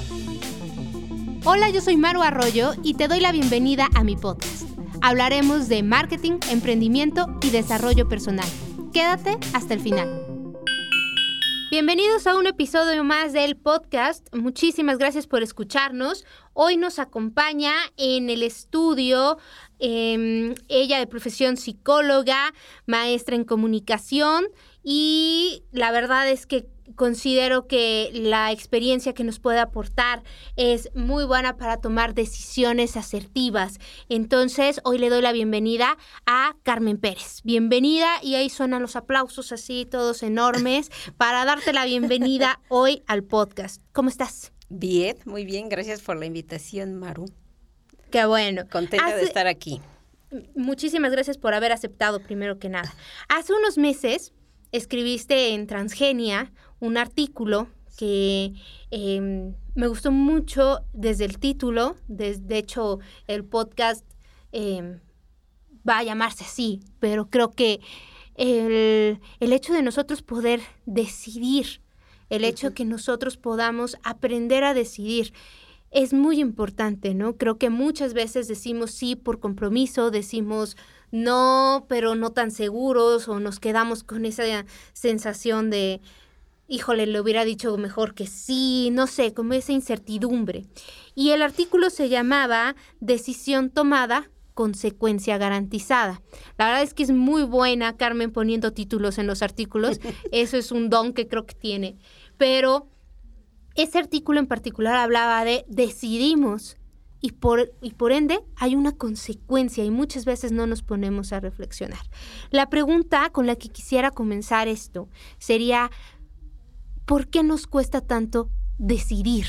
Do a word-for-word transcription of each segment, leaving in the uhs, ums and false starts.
Hola, yo soy Maru Arroyo y te doy la bienvenida a mi podcast. Hablaremos de marketing, emprendimiento y desarrollo personal. Quédate hasta el final. Bienvenidos a un episodio más del podcast. Muchísimas gracias por escucharnos. Hoy nos acompaña en el estudio eh, ella de profesión psicóloga, maestra en comunicación, y la verdad es que considero que la experiencia que nos puede aportar es muy buena para tomar decisiones asertivas. Entonces, hoy le doy la bienvenida a Carmen Pérez. Bienvenida, y ahí suenan los aplausos así, todos enormes, para darte la bienvenida hoy al podcast. ¿Cómo estás? Bien, muy bien. Gracias por la invitación, Maru. Qué bueno. Contenta Hace... de estar aquí. Muchísimas gracias por haber aceptado, primero que nada. Hace unos meses escribiste en Transgenia un artículo que eh, me gustó mucho desde el título. De, de hecho, el podcast eh, va a llamarse así, pero creo que el, el hecho de nosotros poder decidir, el hecho de que nosotros podamos aprender a decidir, es muy importante, ¿no? Creo que muchas veces decimos sí por compromiso, decimos no, pero no tan seguros, o nos quedamos con esa sensación de, híjole, le hubiera dicho mejor que sí, no sé, como esa incertidumbre. Y el artículo se llamaba Decisión tomada, consecuencia garantizada. La verdad es que es muy buena Carmen poniendo títulos en los artículos. Eso es un don que creo que tiene. Pero ese artículo en particular hablaba de decidimos y por, y por ende hay una consecuencia, y muchas veces no nos ponemos a reflexionar. La pregunta con la que quisiera comenzar esto sería, ¿por qué nos cuesta tanto decidir?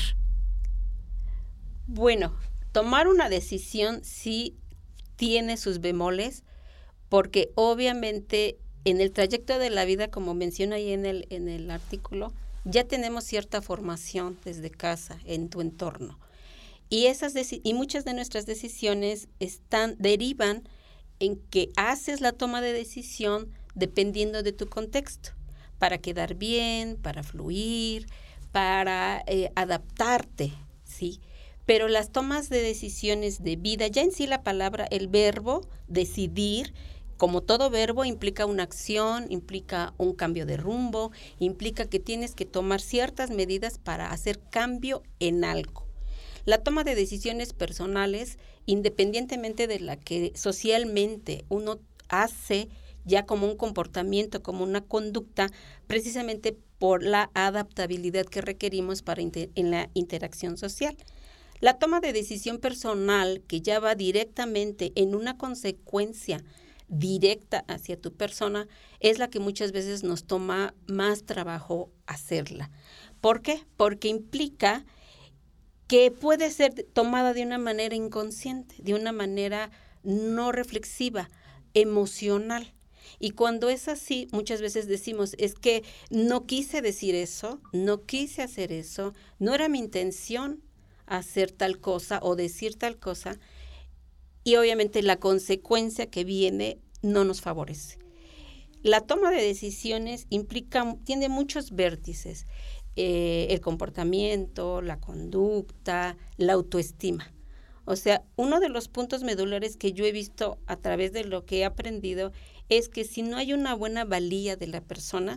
Bueno, tomar una decisión sí tiene sus bemoles, porque obviamente en el trayecto de la vida, como menciona ahí en el, en el artículo, ya tenemos cierta formación desde casa, en tu entorno. Y, esas deci- y muchas de nuestras decisiones están, derivan en que haces la toma de decisión dependiendo de tu contexto, para quedar bien, para fluir, para eh, adaptarte, ¿sí? Pero las tomas de decisiones de vida, ya en sí la palabra, el verbo decidir, como todo verbo, implica una acción, implica un cambio de rumbo, implica que tienes que tomar ciertas medidas para hacer cambio en algo. La toma de decisiones personales, independientemente de la que socialmente uno hace ya como un comportamiento, como una conducta, precisamente por la adaptabilidad que requerimos para inter- en la interacción social. La toma de decisión personal, que ya va directamente en una consecuencia directa hacia tu persona, es la que muchas veces nos toma más trabajo hacerla. ¿Por qué? Porque implica que puede ser tomada de una manera inconsciente, de una manera no reflexiva, emocional. Y cuando es así, muchas veces decimos, es que no quise decir eso, no quise hacer eso, no era mi intención hacer tal cosa o decir tal cosa, y obviamente la consecuencia que viene no nos favorece. La toma de decisiones implica, tiene muchos vértices. Eh, el comportamiento, la conducta, la autoestima. O sea, uno de los puntos medulares que yo he visto a través de lo que he aprendido es que si no hay una buena valía de la persona,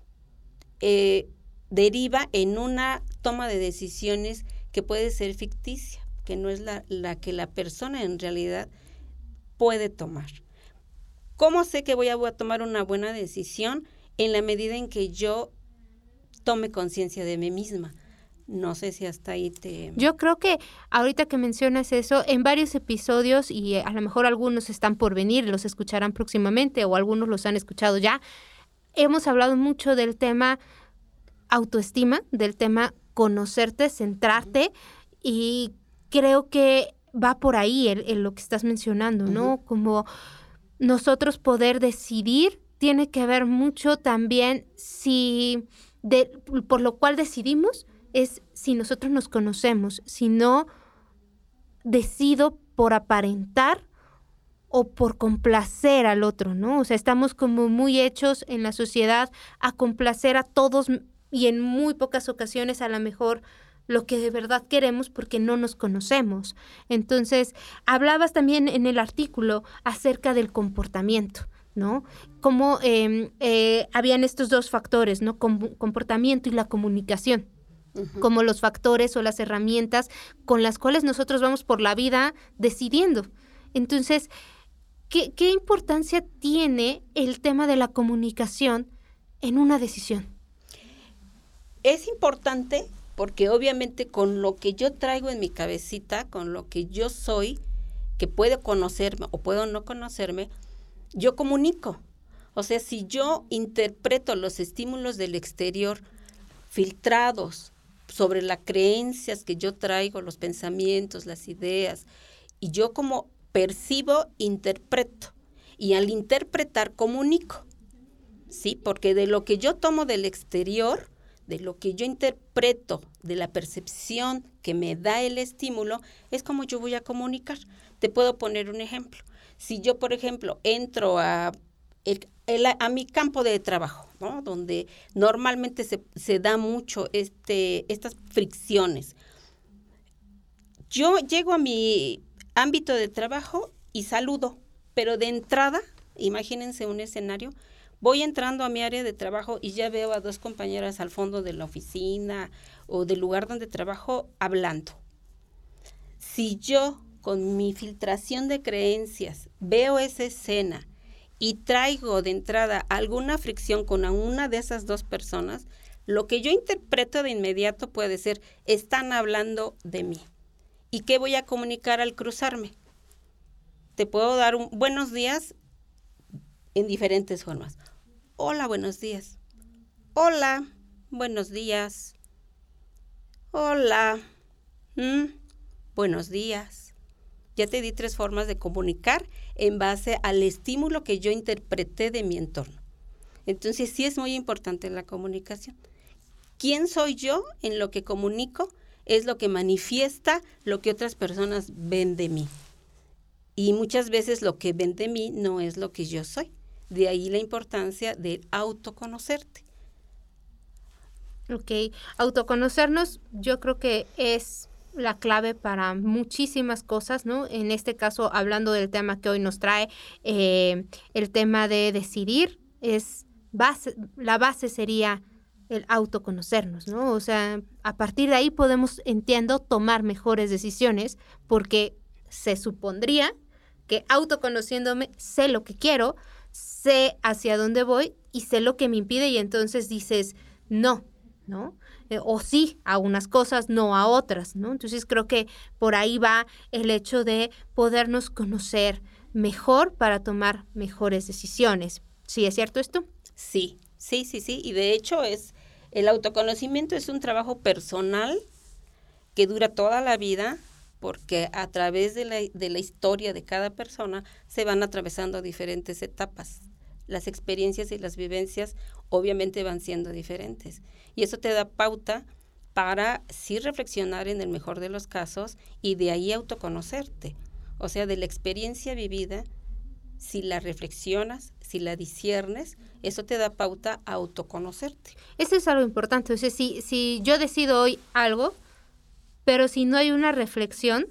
eh, deriva en una toma de decisiones que puede ser ficticia, que no es la, la que la persona en realidad puede tomar. ¿Cómo sé que voy a, voy a tomar una buena decisión? En la medida en que yo tome conciencia de mí misma. No sé si hasta ahí te... Yo creo que ahorita que mencionas eso, en varios episodios, y a lo mejor algunos están por venir, los escucharán próximamente, o algunos los han escuchado ya, hemos hablado mucho del tema autoestima, del tema conocerte, centrarte, y creo que va por ahí el, el lo que estás mencionando, ¿no? Uh-huh. Como nosotros poder decidir tiene que ver mucho también si... De, por lo cual decidimos es si nosotros nos conocemos, si no decido por aparentar o por complacer al otro, ¿no? O sea, estamos como muy hechos en la sociedad a complacer a todos, y en muy pocas ocasiones a lo mejor lo que de verdad queremos porque no nos conocemos. Entonces, hablabas también en el artículo acerca del comportamiento, ¿no? Cómo eh, eh, habían estos dos factores, ¿no? Com- comportamiento y la comunicación. Uh-huh. Como los factores o las herramientas con las cuales nosotros vamos por la vida decidiendo. Entonces, ¿qué, qué importancia tiene el tema de la comunicación en una decisión? Es importante porque obviamente con lo que yo traigo en mi cabecita, con lo que yo soy, que puedo conocerme o puedo no conocerme, yo comunico. O sea, si yo interpreto los estímulos del exterior filtrados sobre las creencias que yo traigo, los pensamientos, las ideas, y yo como percibo, interpreto, y al interpretar comunico, ¿sí? Porque de lo que yo tomo del exterior, de lo que yo interpreto, de la percepción que me da el estímulo, es como yo voy a comunicar. Te puedo poner un ejemplo. Si yo, por ejemplo, entro a, el, el, a mi campo de trabajo, ¿no? Donde normalmente se, se da mucho este, estas fricciones. Yo llego a mi ámbito de trabajo y saludo, pero de entrada, imagínense un escenario, voy entrando a mi área de trabajo y ya veo a dos compañeras al fondo de la oficina o del lugar donde trabajo hablando. Si yo, con mi filtración de creencias, veo esa escena y traigo de entrada alguna fricción con una de esas dos personas, lo que yo interpreto de inmediato puede ser, están hablando de mí. ¿Y qué voy a comunicar al cruzarme? Te puedo dar un buenos días en diferentes formas. Hola, buenos días. Hola, buenos días. Hola, ¿Mm? buenos días. Ya te di tres formas de comunicar en base al estímulo que yo interpreté de mi entorno. Entonces, sí es muy importante la comunicación. ¿Quién soy yo en lo que comunico? Es lo que manifiesta lo que otras personas ven de mí. Y muchas veces lo que ven de mí no es lo que yo soy. De ahí la importancia de autoconocerte. Ok, autoconocernos yo creo que es la clave para muchísimas cosas, ¿no? En este caso, hablando del tema que hoy nos trae, eh, el tema de decidir, es base, la base sería el autoconocernos, ¿no? O sea, a partir de ahí podemos, entiendo, tomar mejores decisiones, porque se supondría que autoconociéndome sé lo que quiero, sé hacia dónde voy y sé lo que me impide, y entonces dices no, ¿no? Eh, o sí a unas cosas, no a otras, ¿no? Entonces creo que por ahí va el hecho de podernos conocer mejor para tomar mejores decisiones. ¿Sí es cierto esto? Sí, sí, sí, sí. Y de hecho es el autoconocimiento es un trabajo personal que dura toda la vida, porque a través de la, de la historia de cada persona se van atravesando diferentes etapas. Las experiencias y las vivencias obviamente van siendo diferentes. Y eso te da pauta para sí reflexionar en el mejor de los casos y de ahí autoconocerte. O sea, de la experiencia vivida, si la reflexionas, si la disciernes, eso te da pauta a autoconocerte. Eso es algo importante. O sea, si, si yo decido hoy algo, pero si no hay una reflexión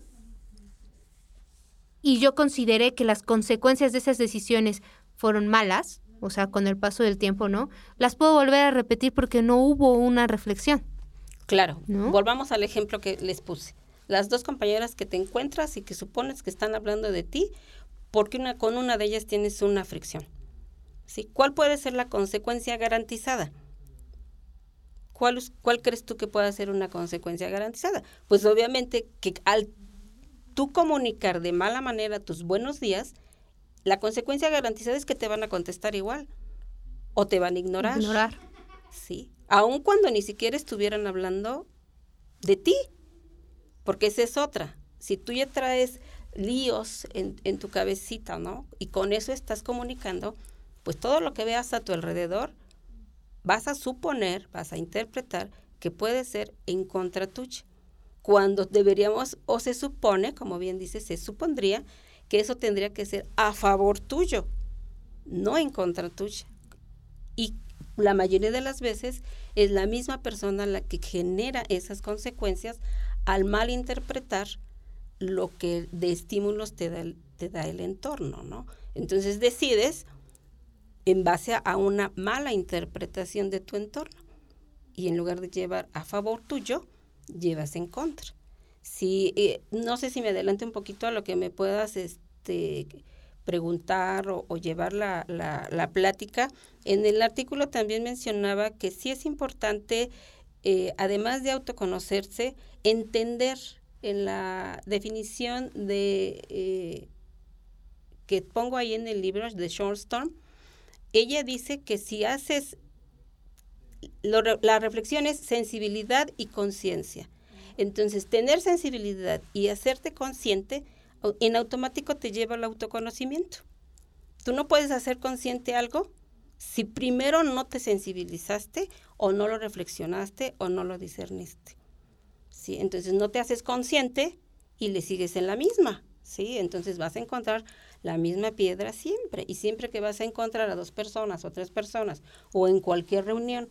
y yo consideré que las consecuencias de esas decisiones fueron malas, o sea, con el paso del tiempo, ¿no? Las puedo volver a repetir porque no hubo una reflexión. Claro, ¿no? Volvamos al ejemplo que les puse. Las dos compañeras que te encuentras y que supones que están hablando de ti, porque una, con una de ellas tienes una fricción. ¿Sí? ¿Cuál puede ser la consecuencia garantizada? ¿Cuál, ¿Cuál crees tú que pueda ser una consecuencia garantizada? Pues obviamente que al tú comunicar de mala manera tus buenos días, la consecuencia garantizada es que te van a contestar igual o te van a ignorar. Ignorar. Sí, aun cuando ni siquiera estuvieran hablando de ti, porque esa es otra. Si tú ya traes líos en, en tu cabecita, ¿no? Y con eso estás comunicando, pues todo lo que veas a tu alrededor vas a suponer, vas a interpretar que puede ser en contra tuya, cuando deberíamos, o se supone, como bien dice, se supondría que eso tendría que ser a favor tuyo, no en contra tuya. Y la mayoría de las veces es la misma persona la que genera esas consecuencias al malinterpretar lo que de estímulos te da el, te da el entorno, ¿no? Entonces decides en base a una mala interpretación de tu entorno y en lugar de llevar a favor tuyo, llevas en contra. Si, eh, no sé si me adelante un poquito a lo que me puedas este, preguntar o, o llevar la, la, la plática. En el artículo también mencionaba que sí es importante, eh, además de autoconocerse, entender en la definición de eh, que pongo ahí en el libro de Shortstorm. Ella dice que si haces, lo, la reflexión es sensibilidad y conciencia. Entonces, tener sensibilidad y hacerte consciente, en automático te lleva al autoconocimiento. Tú no puedes hacer consciente algo si primero no te sensibilizaste o no lo reflexionaste o no lo discerniste. ¿Sí? Entonces, no te haces consciente y le sigues en la misma. ¿Sí? Entonces, vas a encontrar la misma piedra siempre. Y siempre que vas a encontrar a dos personas o tres personas o en cualquier reunión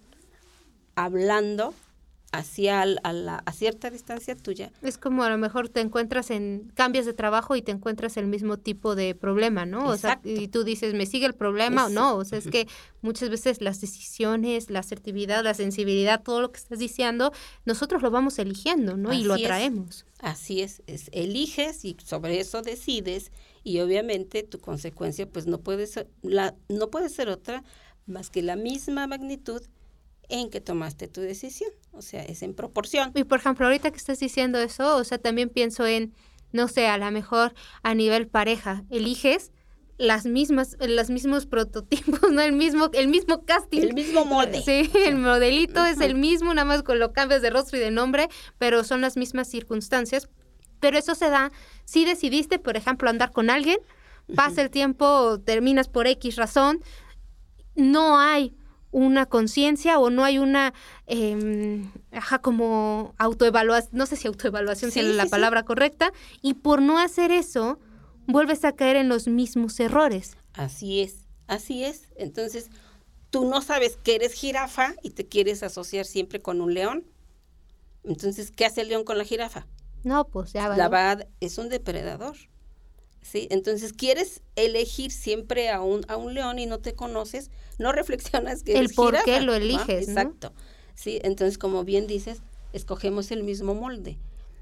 hablando hacia a, la, a cierta distancia tuya. Es como a lo mejor te encuentras en, cambias de trabajo y te encuentras el mismo tipo de problema, ¿no? Exacto. O sea, y tú dices, ¿me sigue el problema Eso. o no? O sea, es que muchas veces las decisiones, la asertividad, la sensibilidad, todo lo que estás diciendo, nosotros lo vamos eligiendo, ¿no? Así y lo es. atraemos. Así es, es, eliges y sobre eso decides y obviamente tu consecuencia pues no puede ser, la, no puede ser otra más que la misma magnitud en que tomaste tu decisión, o sea, es en proporción. Y por ejemplo, ahorita que estás diciendo eso, o sea, también pienso en, no sé, a lo mejor a nivel pareja, eliges las mismas, los mismos prototipos, ¿no? El mismo, el mismo casting. El mismo molde. Sí, el modelito uh-huh. es el mismo, nada más con lo cambias de rostro y de nombre, pero son las mismas circunstancias. Pero eso se da, si decidiste, por ejemplo, andar con alguien, pasa uh-huh. el tiempo, terminas por X razón, no hay una conciencia o no hay una, eh, ajá, como autoevaluación, no sé si autoevaluación sí, sea la sí, palabra sí. correcta, y por no hacer eso, vuelves a caer en los mismos errores. Así es, así es. Entonces, tú no sabes que eres jirafa y te quieres asociar siempre con un león. Entonces, ¿qué hace el león con la jirafa? No, pues ya va. La va, es un depredador. ¿Sí? Entonces, quieres elegir siempre a un, a un león y no te conoces, no reflexionas que el eres por jirafa, qué lo eliges, ¿no? Exacto. ¿Sí? Entonces, como bien dices, escogemos el mismo molde.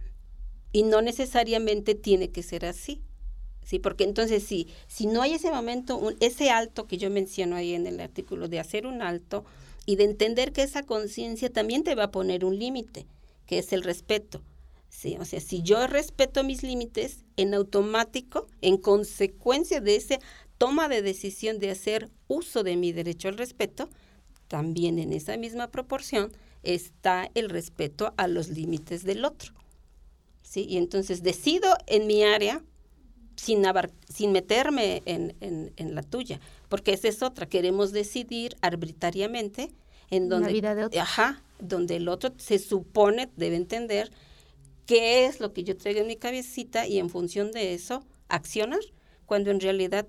Y no necesariamente tiene que ser así. ¿Sí? Porque entonces, sí, si no hay ese momento, un, ese alto que yo menciono ahí en el artículo, de hacer un alto y de entender que esa conciencia también te va a poner un límite, que es el respeto. Sí, o sea, si yo respeto mis límites, en automático, en consecuencia de esa toma de decisión de hacer uso de mi derecho al respeto, también en esa misma proporción está el respeto a los límites del otro. ¿Sí? Y entonces decido en mi área sin, abar- sin meterme en, en, en la tuya, porque esa es otra, queremos decidir arbitrariamente en donde, la vida de otro. Ajá, donde el otro se supone debe entender qué es lo que yo traigo en mi cabecita y en función de eso accionar, cuando en realidad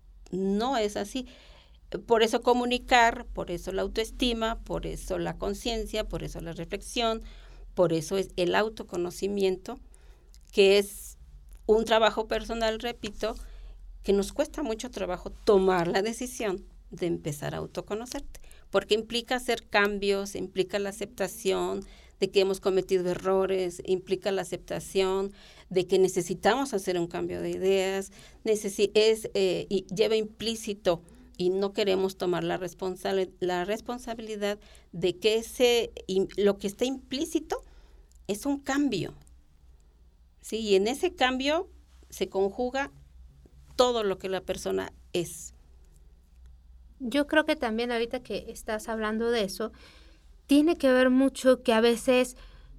no es así. Por eso comunicar, por eso la autoestima, por eso la conciencia, por eso la reflexión, por eso es el autoconocimiento, que es un trabajo personal, repito, que nos cuesta mucho trabajo tomar la decisión de empezar a autoconocerte, porque implica hacer cambios, implica la aceptación de que hemos cometido errores, implica la aceptación de que necesitamos hacer un cambio de ideas, necesi- es, eh, y lleva implícito, y no queremos tomar la, responsab- la responsabilidad de que ese, y lo que está implícito es un cambio. ¿Sí? Y en ese cambio se conjuga todo lo que la persona es. Yo creo que también ahorita que estás hablando de eso, tiene que ver mucho que a veces,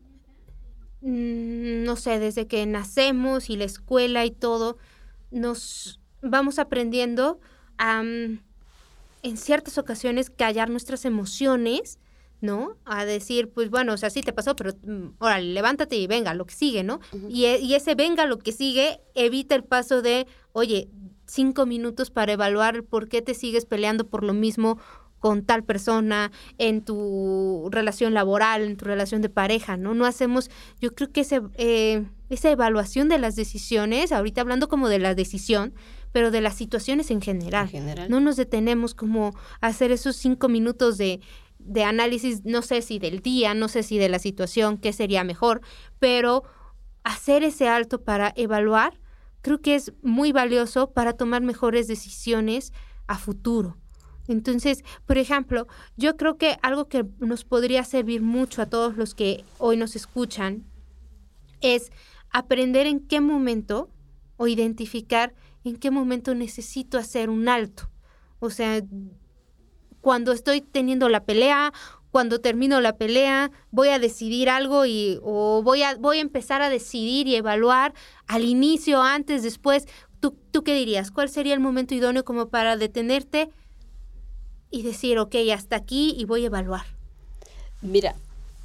mmm, no sé, desde que nacemos y la escuela y todo, nos vamos aprendiendo a, um, en ciertas ocasiones, callar nuestras emociones, ¿no? A decir, pues bueno, o sea, sí te pasó, pero um, órale, levántate y venga, lo que sigue, ¿no? Uh-huh. Y, y ese venga, lo que sigue, evita el paso de, oye, cinco minutos para evaluar por qué te sigues peleando por lo mismo con tal persona, en tu relación laboral, en tu relación de pareja, ¿no? No hacemos, yo creo que ese, eh, esa evaluación de las decisiones, ahorita hablando como de la decisión, pero de las situaciones en general. En general. No nos detenemos como a hacer esos cinco minutos de, de análisis, no sé si del día, no sé si de la situación, qué sería mejor, pero hacer ese alto para evaluar, creo que es muy valioso para tomar mejores decisiones a futuro. Entonces, por ejemplo, yo creo que algo que nos podría servir mucho a todos los que hoy nos escuchan es aprender en qué momento o identificar en qué momento necesito hacer un alto. O sea, cuando estoy teniendo la pelea, cuando termino la pelea, voy a decidir algo y o voy a voy a empezar a decidir y evaluar al inicio, antes, después. ¿Tú, tú qué dirías? ¿Cuál sería el momento idóneo como para detenerte y decir, ok, hasta aquí y voy a evaluar? Mira,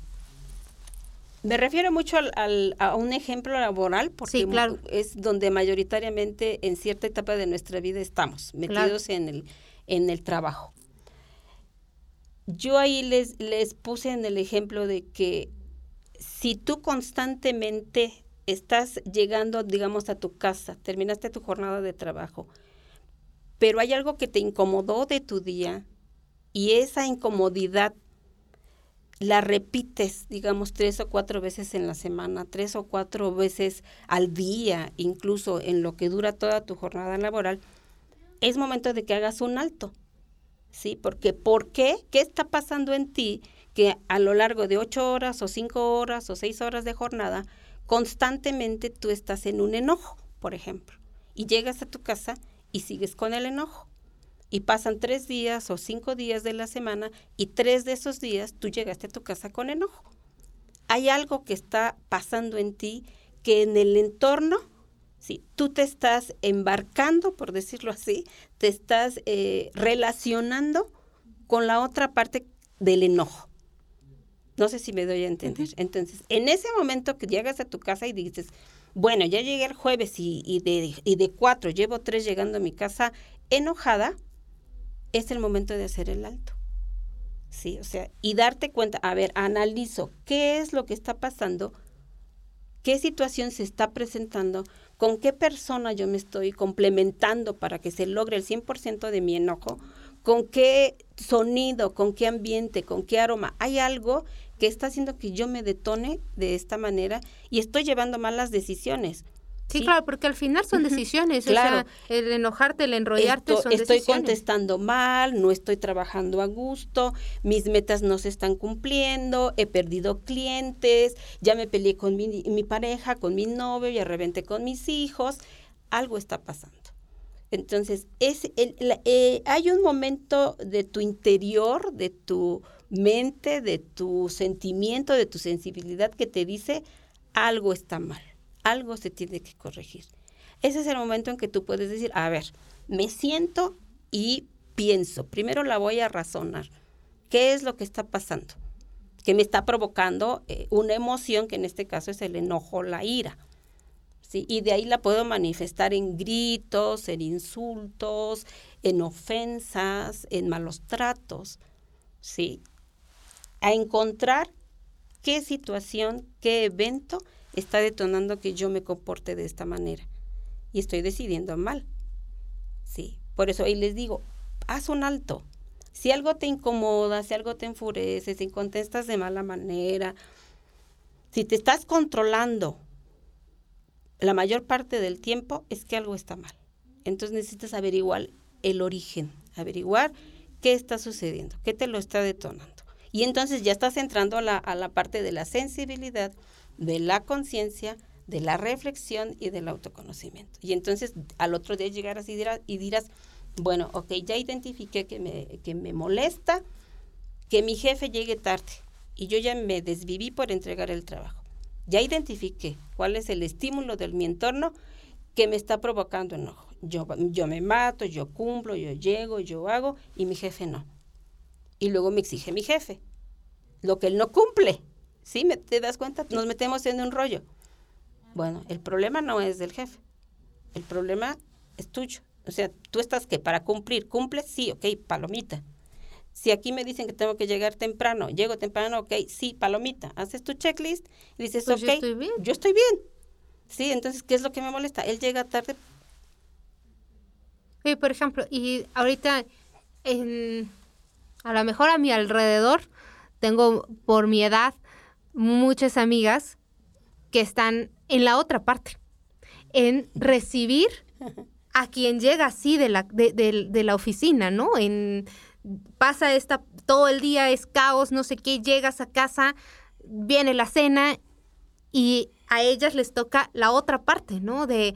me refiero mucho al, al, a un ejemplo laboral porque sí, claro. es donde mayoritariamente en cierta etapa de nuestra vida estamos metidos claro. en el en el trabajo. Yo ahí les, les puse en el ejemplo de que si tú constantemente estás llegando, digamos, a tu casa, terminaste tu jornada de trabajo, pero hay algo que te incomodó de tu día y esa incomodidad la repites, digamos, tres o cuatro veces en la semana, tres o cuatro veces al día, incluso en lo que dura toda tu jornada laboral, es momento de que hagas un alto, ¿sí? Porque, ¿por qué? ¿Qué está pasando en ti que a lo largo de ocho horas o cinco horas o seis horas de jornada, constantemente tú estás en un enojo, por ejemplo, y llegas a tu casa y sigues con el enojo? Y pasan tres días o cinco días de la semana y tres de esos días tú llegaste a tu casa con enojo. Hay algo que está pasando en ti que en el entorno, sí, tú te estás embarcando, por decirlo así, te estás eh, relacionando con la otra parte del enojo. No sé si me doy a entender. Entonces, en ese momento que llegas a tu casa y dices, bueno, ya llegué el jueves y, y, de, y de cuatro, llevo tres llegando a mi casa enojada, es el momento de hacer el alto, ¿sí? O sea, y darte cuenta, a ver, analizo qué es lo que está pasando, qué situación se está presentando, con qué persona yo me estoy complementando para que se logre el cien por ciento de mi enojo, con qué sonido, con qué ambiente, con qué aroma. Hay algo que está haciendo que yo me detone de esta manera y estoy llevando malas decisiones. Sí, sí, claro, porque al final son decisiones, claro. O sea, el enojarte, el enrollarte Esto, son estoy decisiones. Estoy contestando mal, no estoy trabajando a gusto, mis metas no se están cumpliendo, he perdido clientes, ya me peleé con mi, mi pareja, con mi novio, ya reventé con mis hijos, algo está pasando. Entonces, es el, la, eh, hay un momento de tu interior, de tu mente, de tu sentimiento, de tu sensibilidad que te dice algo está mal. Algo se tiene que corregir. Ese es el momento en que tú puedes decir, a ver, me siento y pienso. Primero la voy a razonar. ¿Qué es lo que está pasando? Que me está provocando eh, una emoción que en este caso es el enojo, la ira. ¿Sí? Y de ahí la puedo manifestar en gritos, en insultos, en ofensas, en malos tratos. ¿Sí? A encontrar qué situación, qué evento está detonando que yo me comporte de esta manera y estoy decidiendo mal. Sí, por eso ahí les digo, haz un alto. Si algo te incomoda, si algo te enfurece, si contestas de mala manera, si te estás controlando la mayor parte del tiempo, es que algo está mal. Entonces necesitas averiguar el origen, averiguar qué está sucediendo, qué te lo está detonando. Y entonces ya estás entrando a la, a la parte de la sensibilidad, de la conciencia, de la reflexión y del autoconocimiento. Y entonces al otro día llegarás y dirás, y dirás bueno, ok, ya identifiqué que me, que me molesta que mi jefe llegue tarde y yo ya me desviví por entregar el trabajo. Ya identifiqué cuál es el estímulo de mi entorno que me está provocando enojo. Yo, yo me mato, yo cumplo, yo llego, yo hago y mi jefe no. Y luego me exige mi jefe lo que él no cumple. ¿Sí? ¿Te das cuenta? Nos metemos en un rollo. Bueno, el problema no es del jefe. El problema es tuyo. O sea, tú estás que para cumplir, ¿cumples? Sí, ok, palomita. Si aquí me dicen que tengo que llegar temprano, llego temprano, ok, sí, palomita, haces tu checklist y dices, Pues ok, yo estoy bien. yo estoy bien. Sí, entonces, ¿qué es lo que me molesta? Él llega tarde. Sí, por ejemplo, y ahorita, en, a lo mejor a mi alrededor, tengo por mi edad muchas amigas que están en la otra parte, en recibir a quien llega así de la, de, de, de la oficina, ¿no? En pasa esta, todo el día es caos, no sé qué, llegas a casa, viene la cena y a ellas les toca la otra parte, ¿no? De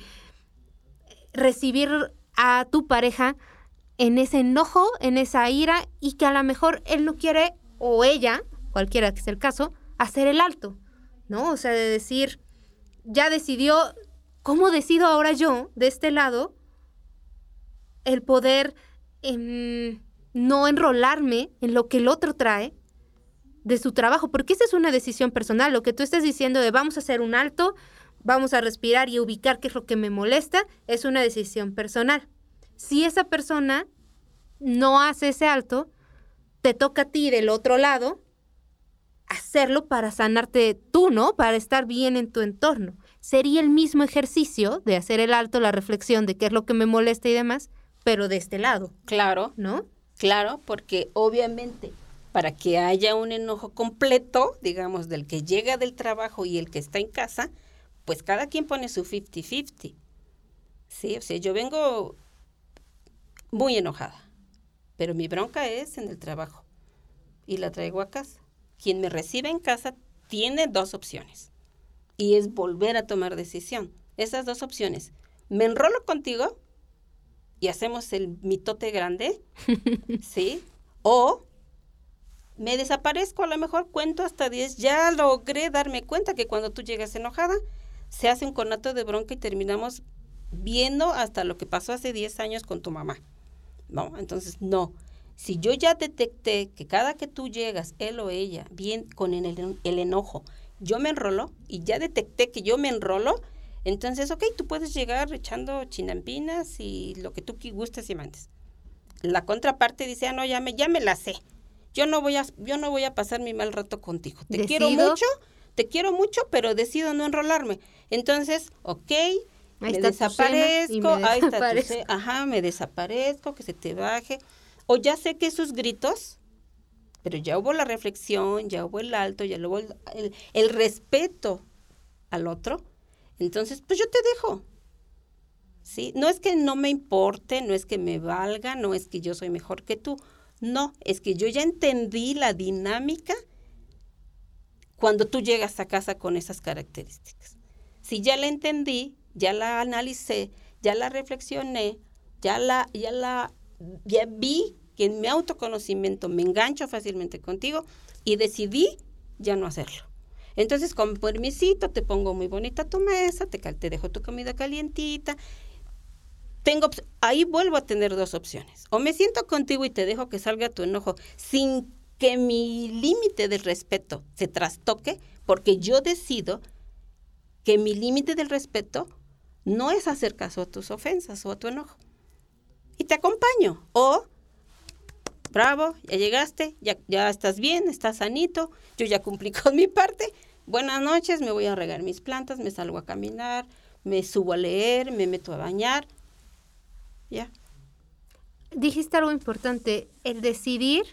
recibir a tu pareja en ese enojo, en esa ira y que a lo mejor él no quiere, o ella, cualquiera que sea el caso, hacer el alto, ¿no? O sea, de decir, ya decidió, ¿cómo decido ahora yo, de este lado, el poder eh, no enrolarme en lo que el otro trae de su trabajo? Porque esa es una decisión personal. Lo que tú estás diciendo de vamos a hacer un alto, vamos a respirar y ubicar qué es lo que me molesta, es una decisión personal. Si esa persona no hace ese alto, te toca a ti del otro lado hacerlo para sanarte tú, ¿no? Para estar bien en tu entorno. Sería el mismo ejercicio de hacer el alto, la reflexión de qué es lo que me molesta y demás, pero de este lado. Claro, ¿no? Claro, porque obviamente para que haya un enojo completo, digamos, del que llega del trabajo y el que está en casa, pues cada quien pone su cincuenta cincuenta. Sí, o sea, yo vengo muy enojada, pero mi bronca es en el trabajo y la traigo a casa. Quien me recibe en casa tiene dos opciones y es volver a tomar decisión. Esas dos opciones, me enrolo contigo y hacemos el mitote grande, ¿sí? O me desaparezco, a lo mejor cuento hasta diez, ya logré darme cuenta que cuando tú llegas enojada, se hace un conato de bronca y terminamos viendo hasta lo que pasó hace diez años con tu mamá. No, entonces no. Si yo ya detecté que cada que tú llegas, él o ella, bien con el, el enojo, yo me enrolo y ya detecté que yo me enrolo, entonces, ok, tú puedes llegar echando chinampinas y lo que tú gustes y mandes. La contraparte dice, ah, no, ya me, ya me la sé. Yo no voy a, yo no voy a pasar mi mal rato contigo. Te Decido. quiero mucho, te quiero mucho, pero decido no enrolarme. Entonces, ok, Ahí me está tu desaparezco, cena y me ahí está tu desaparezco. ce- ajá, me desaparezco, que se te baje. O ya sé que esos gritos, pero ya hubo la reflexión, ya hubo el alto, ya hubo el, el, el respeto al otro. Entonces, pues yo te dejo. ¿Sí? No es que no me importe, no es que me valga, no es que yo soy mejor que tú. No, es que yo ya entendí la dinámica cuando tú llegas a casa con esas características. Si ya la entendí, ya la analicé, ya la reflexioné, ya la, ya la, ya vi que en mi autoconocimiento me engancho fácilmente contigo y decidí ya no hacerlo. Entonces, con permisito, te pongo muy bonita tu mesa, te, te dejo tu comida calientita. Tengo, ahí vuelvo a tener dos opciones. O me siento contigo y te dejo que salga tu enojo sin que mi límite del respeto se trastoque, porque yo decido que mi límite del respeto no es hacer caso a tus ofensas o a tu enojo. Y te acompaño. O, bravo, ya llegaste, ya, ya estás bien, estás sanito, yo ya cumplí con mi parte. Buenas noches, me voy a regar mis plantas, me salgo a caminar, me subo a leer, me meto a bañar. Ya. Dijiste algo importante, el decidir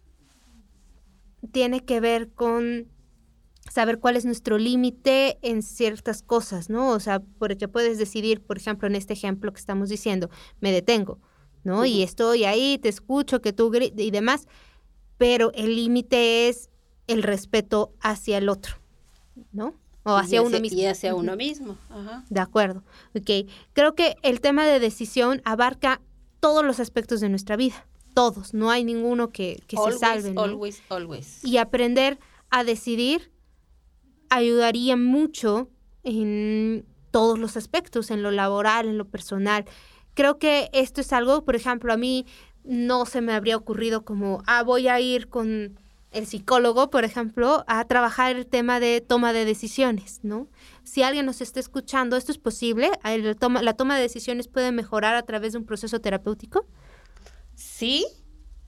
tiene que ver con saber cuál es nuestro límite en ciertas cosas, ¿no? O sea, porque puedes decidir, por ejemplo, en este ejemplo que estamos diciendo, me detengo, ¿no? Uh-huh. Y estoy ahí, te escucho, que tú grites y demás, pero el límite es el respeto hacia el otro, ¿no? O hacia, hacia uno mismo. Y hacia uh-huh. uno mismo. Ajá. De acuerdo. Ok. Creo que el tema de decisión abarca todos los aspectos de nuestra vida. Todos. No hay ninguno que, que always, se salve, ¿no? Always, always. Y aprender a decidir ayudaría mucho en todos los aspectos, en lo laboral, en lo personal. Creo que esto es algo, por ejemplo, a mí no se me habría ocurrido como, ah, voy a ir con el psicólogo, por ejemplo, a trabajar el tema de toma de decisiones, ¿no? Si alguien nos está escuchando, ¿esto es posible? ¿La toma, la toma de decisiones puede mejorar a través de un proceso terapéutico? Sí,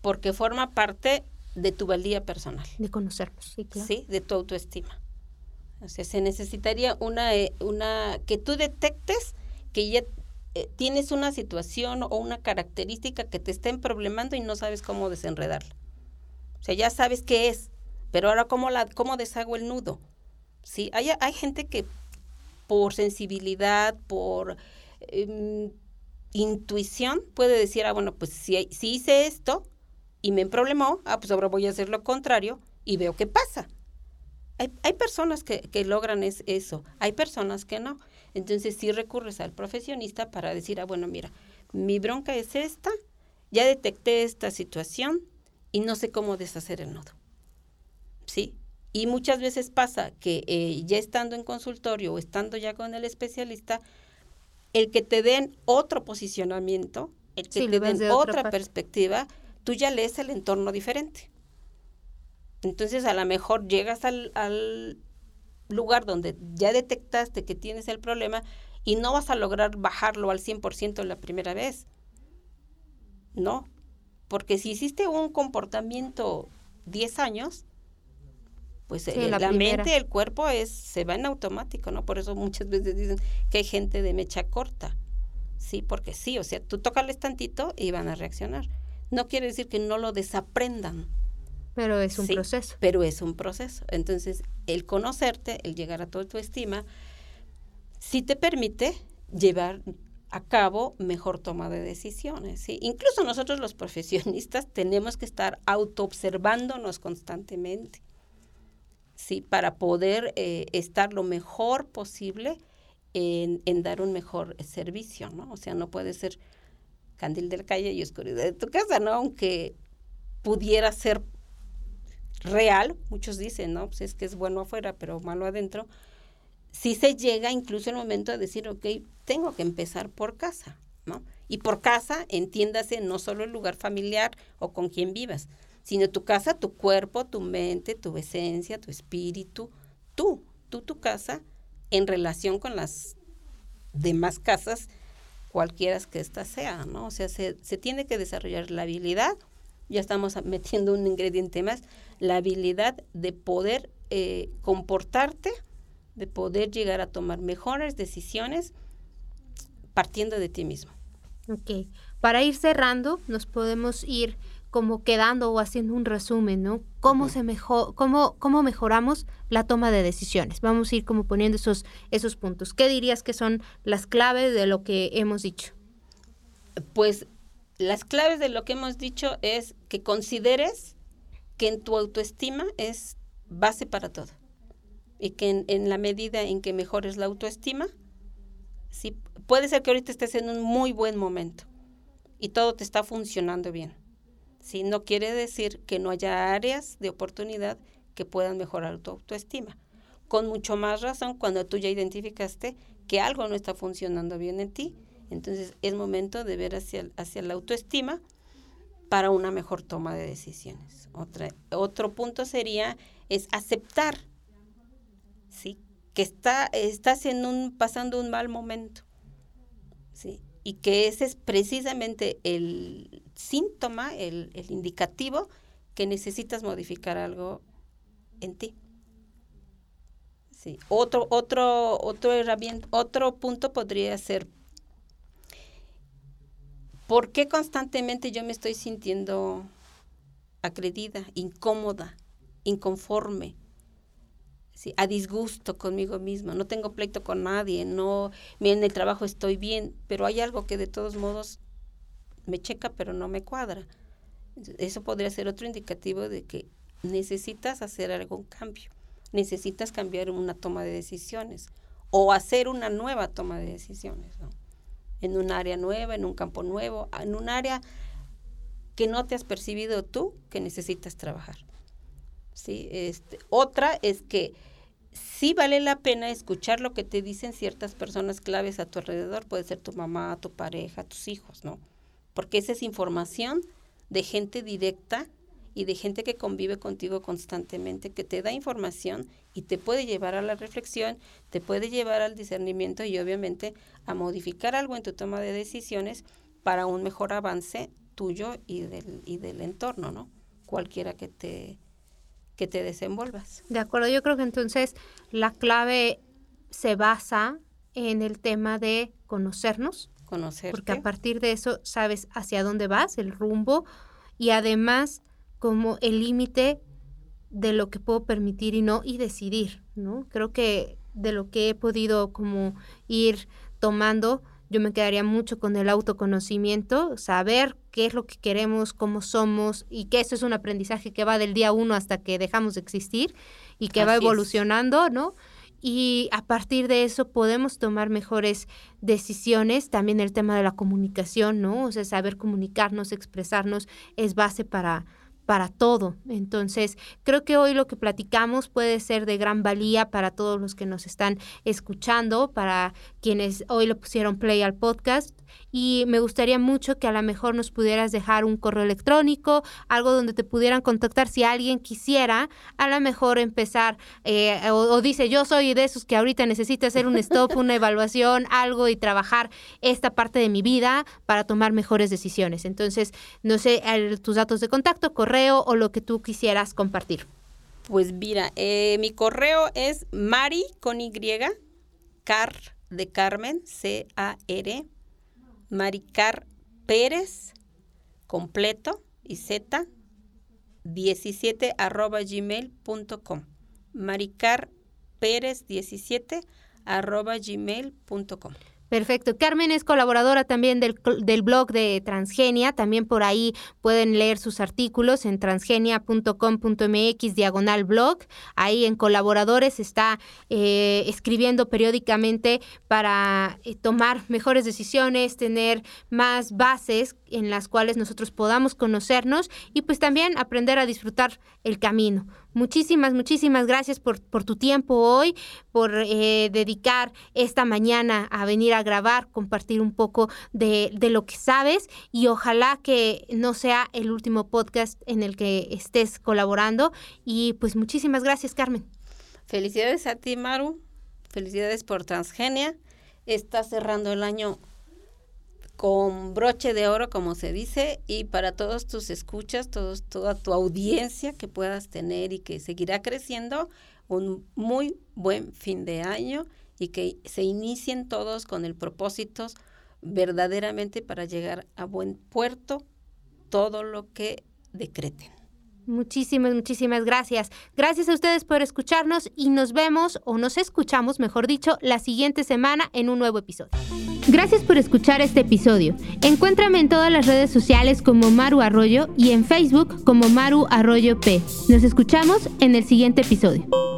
porque forma parte de tu valía personal. De conocernos, sí, claro. Sí, de tu autoestima. O sea, se necesitaría una, eh, una que tú detectes que ya eh, tienes una situación o una característica que te estén problemando y no sabes cómo desenredarla. O sea, ya sabes qué es, pero ahora cómo, la, cómo deshago el nudo. Sí, hay, hay gente que por sensibilidad, por eh, intuición, puede decir, ah, bueno, pues si, si hice esto y me problemó, ah, pues ahora voy a hacer lo contrario y veo qué pasa. Hay, hay personas que, que logran es, eso, hay personas que no. Entonces sí recurres al profesionista para decir, ah, bueno, mira, mi bronca es esta, ya detecté esta situación y no sé cómo deshacer el nudo. ¿Sí? Y muchas veces pasa que eh, ya estando en consultorio o estando ya con el especialista, el que te den otro posicionamiento, el que sí, te den otra, otra perspectiva, tú ya lees el entorno diferente. Entonces, a lo mejor llegas al, al lugar donde ya detectaste que tienes el problema y no vas a lograr bajarlo al cien por ciento la primera vez. No, porque si hiciste un comportamiento diez años, pues sí, el, la, la mente, el cuerpo es se va en automático, ¿no? Por eso muchas veces dicen que hay gente de mecha corta, ¿sí? Porque sí, o sea, tú tócales tantito y van a reaccionar. No quiere decir que no lo desaprendan. Pero es un sí, proceso. Pero es un proceso. Entonces, el conocerte, el llegar a toda tu estima, sí te permite llevar a cabo mejor toma de decisiones, ¿sí? Incluso nosotros los profesionistas tenemos que estar autoobservándonos constantemente, ¿sí? Para poder eh, estar lo mejor posible en, en dar un mejor servicio, ¿no? O sea, no puede ser candil de la calle y oscuridad de tu casa, ¿no? Aunque pudiera ser real, muchos dicen, ¿no? Pues es que es bueno afuera, pero malo adentro. Sí se llega incluso el momento de decir, ok, tengo que empezar por casa, ¿no? Y por casa, entiéndase, no solo el lugar familiar o con quien vivas, sino tu casa, tu cuerpo, tu mente, tu esencia, tu espíritu, tú, tú, tu casa, en relación con las demás casas, cualquiera que ésta sea, ¿no? O sea, se, se tiene que desarrollar la habilidad, ya estamos metiendo un ingrediente más, la habilidad de poder eh, comportarte, de poder llegar a tomar mejores decisiones partiendo de ti mismo. Ok. Para ir cerrando, nos podemos ir como quedando o haciendo un resumen, ¿no? ¿Cómo, uh-huh. se mejor, cómo, cómo mejoramos la toma de decisiones? Vamos a ir como poniendo esos, esos puntos. ¿Qué dirías que son las claves de lo que hemos dicho? Pues las claves de lo que hemos dicho es que consideres que en tu autoestima es base para todo. Y que en, en la medida en que mejores la autoestima, sí, puede ser que ahorita estés en un muy buen momento y todo te está funcionando bien. Sí, no quiere decir que no haya áreas de oportunidad que puedan mejorar tu autoestima. Con mucho más razón cuando tú ya identificaste que algo no está funcionando bien en ti, entonces es momento de ver hacia, hacia la autoestima para una mejor toma de decisiones. Otra, otro punto sería es aceptar, ¿sí? Que está, estás en un, pasando un mal momento, ¿sí? Y que ese es precisamente el síntoma, el, el indicativo que necesitas modificar algo en ti. Sí. Otro, otro, otro herramienta, otro punto podría ser, ¿por qué constantemente yo me estoy sintiendo agredida, incómoda, inconforme? Sí, a disgusto conmigo misma, no tengo pleito con nadie, no, en el trabajo estoy bien, pero hay algo que de todos modos me checa pero no me cuadra. Eso podría ser otro indicativo de que necesitas hacer algún cambio, necesitas cambiar una toma de decisiones o hacer una nueva toma de decisiones, ¿no? En un área nueva, en un campo nuevo, en un área que no te has percibido tú que necesitas trabajar. Sí, este, otra es que sí vale la pena escuchar lo que te dicen ciertas personas claves a tu alrededor, puede ser tu mamá, tu pareja, tus hijos, ¿no? Porque esa es información de gente directa y de gente que convive contigo constantemente, que te da información y te puede llevar a la reflexión, te puede llevar al discernimiento y obviamente a modificar algo en tu toma de decisiones para un mejor avance tuyo y del, y del entorno, ¿no? Cualquiera que te, que te desenvuelvas. De acuerdo, yo creo que entonces la clave se basa en el tema de conocernos. Conocerte. Porque a partir de eso sabes hacia dónde vas, el rumbo, y además como el límite de lo que puedo permitir y no, y decidir, ¿no? Creo que de lo que he podido como ir tomando, yo me quedaría mucho con el autoconocimiento, saber qué es lo que queremos, cómo somos, y que eso es un aprendizaje que va del día uno hasta que dejamos de existir y que Así va es. evolucionando, ¿no? Y a partir de eso podemos tomar mejores decisiones. También el tema de la comunicación, ¿no? O sea, saber comunicarnos, expresarnos es base para, para todo. Entonces, creo que hoy lo que platicamos puede ser de gran valía para todos los que nos están escuchando, para quienes hoy le pusieron play al podcast. Y me gustaría mucho que a lo mejor nos pudieras dejar un correo electrónico, algo donde te pudieran contactar si alguien quisiera a lo mejor empezar, eh, o, o dice, yo soy de esos que ahorita necesito hacer un stop, una evaluación, algo y trabajar esta parte de mi vida para tomar mejores decisiones. Entonces, no sé, el, tus datos de contacto, correo o lo que tú quisieras compartir. Pues mira, eh, mi correo es Mari con Y, Car de Carmen, C A R, Maricar Pérez, completo, y Z, diecisiete arroba gmail punto com. Maricar Pérez diecisiete arroba gmail punto com. Perfecto. Carmen es colaboradora también del, del blog de Transgenia. También por ahí pueden leer sus artículos en transgenia punto com punto m x diagonal blog. Ahí en colaboradores está eh, escribiendo periódicamente para eh, tomar mejores decisiones, tener más bases en las cuales nosotros podamos conocernos y pues también aprender a disfrutar el camino. Muchísimas, muchísimas gracias por, por tu tiempo hoy, por eh, dedicar esta mañana a venir a grabar, compartir un poco de, de lo que sabes y ojalá que no sea el último podcast en el que estés colaborando. Y pues muchísimas gracias, Carmen. Felicidades a ti, Maru. Felicidades por Transgenia. Está cerrando el año con broche de oro, como se dice, y para todos tus escuchas, todos, toda tu audiencia que puedas tener y que seguirá creciendo, un muy buen fin de año y que se inicien todos con el propósito verdaderamente para llegar a buen puerto todo lo que decreten. Muchísimas, muchísimas gracias. Gracias a ustedes por escucharnos y nos vemos, o nos escuchamos, mejor dicho, la siguiente semana en un nuevo episodio. Gracias por escuchar este episodio. Encuéntrame en todas las redes sociales como Maru Arroyo y en Facebook como Maru Arroyo P. Nos escuchamos en el siguiente episodio.